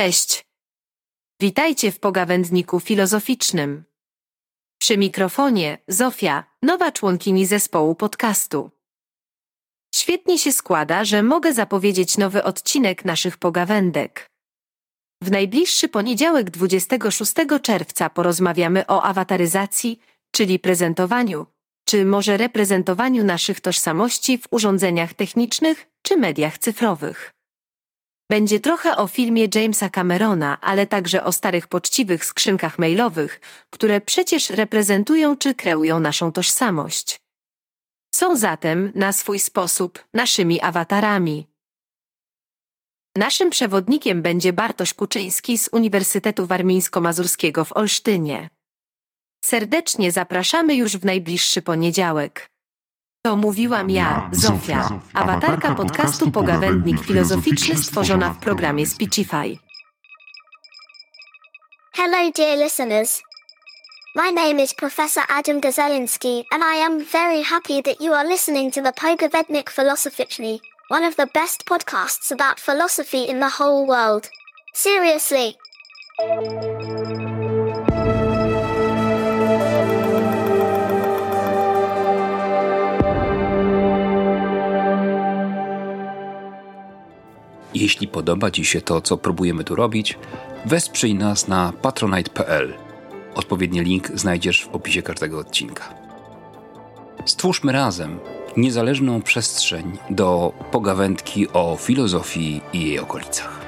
Cześć! Witajcie w pogawędniku filozoficznym. Przy mikrofonie Zofia, nowa członkini zespołu podcastu. Świetnie się składa, że mogę zapowiedzieć nowy odcinek naszych pogawędek. W najbliższy poniedziałek 26 czerwca porozmawiamy o awataryzacji, czyli prezentowaniu, czy może reprezentowaniu naszych tożsamości w urządzeniach technicznych czy mediach cyfrowych. Będzie trochę o filmie Jamesa Camerona, ale także o starych poczciwych skrzynkach mailowych, które przecież reprezentują czy kreują naszą tożsamość. Są zatem, na swój sposób, naszymi awatarami. Naszym przewodnikiem będzie Bartosz Kuczyński z Uniwersytetu Warmińsko-Mazurskiego w Olsztynie. Serdecznie zapraszamy już w najbliższy poniedziałek. To mówiłam ja, Zofia, awatarka podcastu Pogawędnik Filozoficzny stworzona w programie Speechify. Hello dear listeners. My name is Professor Adam Gazeliński and I am very happy that you are listening to the Pogawędnik Filozoficzny, one of the best podcasts about philosophy in the whole world. Seriously. Jeśli podoba Ci się to, co próbujemy tu robić, wesprzyj nas na patronite.pl. Odpowiedni link znajdziesz w opisie każdego odcinka. Stwórzmy razem niezależną przestrzeń do pogawędki o filozofii i jej okolicach.